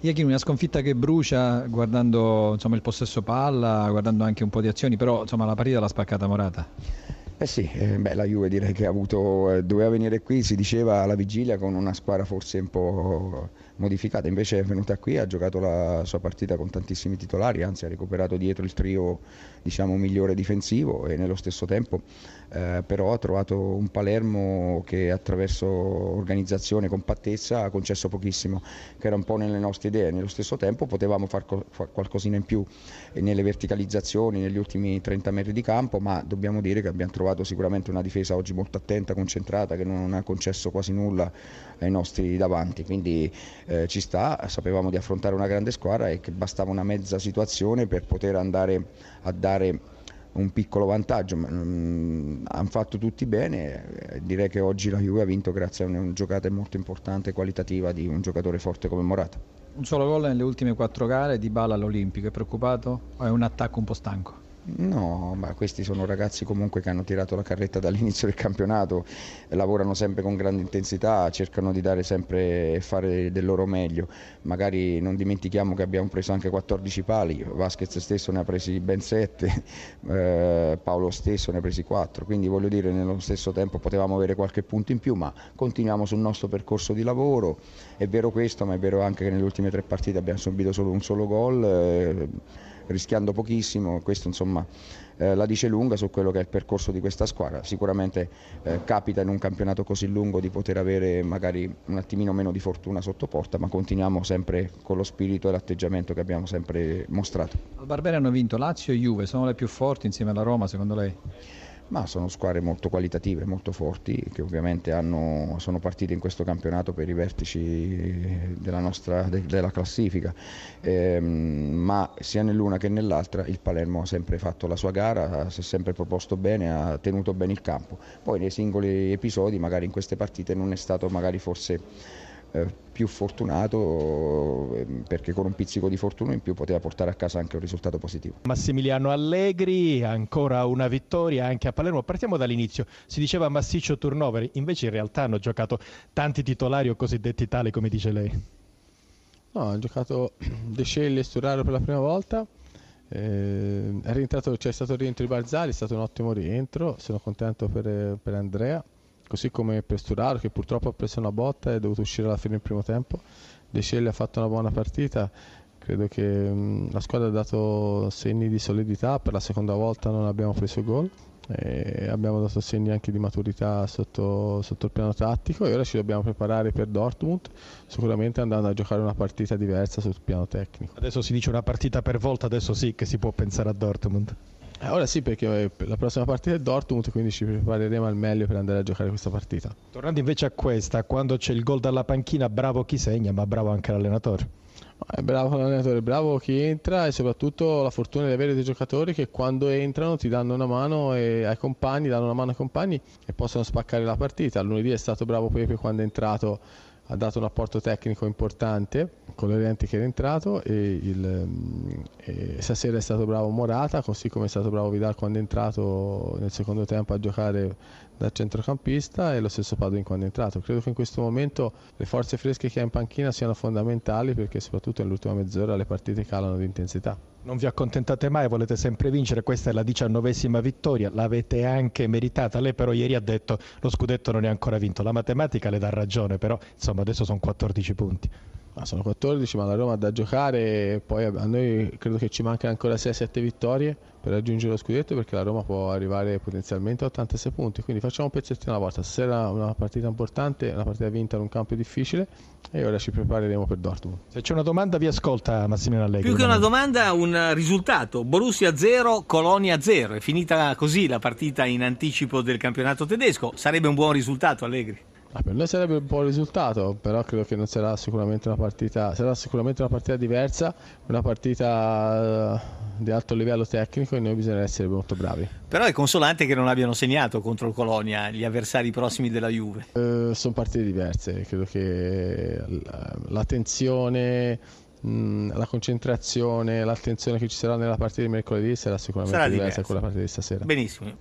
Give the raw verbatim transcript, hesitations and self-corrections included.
Iachini, una sconfitta che brucia guardando insomma, il possesso palla, guardando anche un po' di azioni, però insomma, la partita l'ha spaccata Morata. Eh sì, eh, beh, la Juve direi che ha avuto, eh, doveva venire qui, si diceva alla vigilia, con una squadra forse un po' modificata, invece è venuta qui, ha giocato la sua partita con tantissimi titolari, anzi ha recuperato dietro il trio diciamo migliore difensivo e nello stesso tempo eh, però ha trovato un Palermo che attraverso organizzazione, compattezza ha concesso pochissimo, che era un po' nelle nostre idee. Nello stesso tempo potevamo far, far qualcosina in più nelle verticalizzazioni negli ultimi trenta metri di campo, ma dobbiamo dire che abbiamo trovato sicuramente una difesa oggi molto attenta, concentrata, che non ha concesso quasi nulla ai nostri davanti, quindi eh, ci sta, sapevamo di affrontare una grande squadra e che bastava una mezza situazione per poter andare a dare un piccolo vantaggio. Mm, hanno fatto tutti bene, eh, direi che oggi la Juve ha vinto grazie a una giocata molto importante e qualitativa di un giocatore forte come Morata. Un solo gol nelle ultime quattro gare, Dybala all'Olimpico, è preoccupato o è un attacco un po' stanco? No, ma questi sono ragazzi comunque che hanno tirato la carretta dall'inizio del campionato, lavorano sempre con grande intensità, cercano di dare sempre e fare del loro meglio. Magari non dimentichiamo che abbiamo preso anche quattordici pali, Vasquez stesso ne ha presi ben sette, eh, Paolo stesso ne ha presi quattro, quindi voglio dire nello stesso tempo potevamo avere qualche punto in più, ma continuiamo sul nostro percorso di lavoro. È vero questo, ma è vero anche che nelle ultime tre partite abbiamo subito solo un solo gol. Eh, rischiando pochissimo, questo insomma eh, la dice lunga su quello che è il percorso di questa squadra. Sicuramente eh, capita in un campionato così lungo di poter avere magari un attimino meno di fortuna sotto porta, ma continuiamo sempre con lo spirito e l'atteggiamento che abbiamo sempre mostrato. Al Barbera hanno vinto Lazio e Juve, sono le più forti insieme alla Roma secondo lei? Ma sono squadre molto qualitative, molto forti, che ovviamente hanno, sono partite in questo campionato per i vertici della nostra de, della classifica, ehm, ma sia nell'una che nell'altra il Palermo ha sempre fatto la sua gara, si è sempre proposto bene, ha tenuto bene il campo. Poi nei singoli episodi, magari in queste partite non è stato magari forse Eh, più fortunato, eh, perché con un pizzico di fortuna in più poteva portare a casa anche un risultato positivo. Massimiliano Allegri, ancora una vittoria anche a Palermo. Partiamo dall'inizio, si diceva massiccio turnover, invece in realtà hanno giocato tanti titolari o cosiddetti tali come dice lei. No, hanno giocato De Scelli e Sturaro per la prima volta, eh, è rientrato, c'è stato il rientro di Barzali, è stato un ottimo rientro, sono contento per, per Andrea. Così come per Sturaro che purtroppo ha preso una botta e è dovuto uscire alla fine del primo tempo. De Scelli ha fatto una buona partita, credo che mh, la squadra ha dato segni di solidità, per la seconda volta non abbiamo preso gol e abbiamo dato segni anche di maturità sotto, sotto il piano tattico e ora ci dobbiamo preparare per Dortmund, sicuramente andando a giocare una partita diversa sul piano tecnico. Adesso si dice una partita per volta, adesso sì che si può pensare a Dortmund. Eh, ora sì, perché la prossima partita è Dortmund, quindi ci prepareremo al meglio per andare a giocare questa partita. Tornando invece a questa, quando c'è il gol dalla panchina, bravo chi segna, ma bravo anche l'allenatore. È bravo l'allenatore, bravo chi entra e soprattutto la fortuna di avere dei giocatori che quando entrano ti danno una mano e ai compagni, danno una mano ai compagni e possono spaccare la partita. Lunedì è stato bravo Pepe quando è entrato, ha dato un apporto tecnico importante con Llorente che era entrato e, il, e stasera è stato bravo Morata, così come è stato bravo Vidal quando è entrato nel secondo tempo a giocare da centrocampista e lo stesso Padoin quando è entrato. Credo che in questo momento le forze fresche che ha in panchina siano fondamentali perché soprattutto nell'ultima mezz'ora le partite calano di intensità. Non vi accontentate mai, volete sempre vincere, questa è la diciannovesima vittoria, l'avete anche meritata. Lei però ieri ha detto lo scudetto non è ancora vinto, la matematica le dà ragione, però insomma adesso sono quattordici punti. Ah, sono quattordici, ma la Roma ha da giocare e poi a noi credo che ci mancano ancora sei sette vittorie per raggiungere lo scudetto perché la Roma può arrivare potenzialmente a ottantasei punti, quindi facciamo un pezzettino alla volta. Stasera una partita importante, una partita vinta in un campo difficile e ora ci prepareremo per Dortmund. Se c'è una domanda vi ascolta Massimiliano Allegri. Più che una domanda, un risultato. Borussia zero, Colonia zero. È finita così la partita in anticipo del campionato tedesco. Sarebbe un buon risultato, Allegri? Ah, per noi sarebbe un buon risultato, però credo che non sarà sicuramente una partita, sarà sicuramente una partita diversa, una partita di alto livello tecnico e noi bisogna essere molto bravi. Però è consolante che non abbiano segnato contro il Colonia gli avversari prossimi della Juve. Eh, sono partite diverse, credo che la tensione, la concentrazione, l'attenzione che ci sarà nella partita di mercoledì sarà sicuramente sarà diversa da diversa. quella partita di stasera. Benissimo.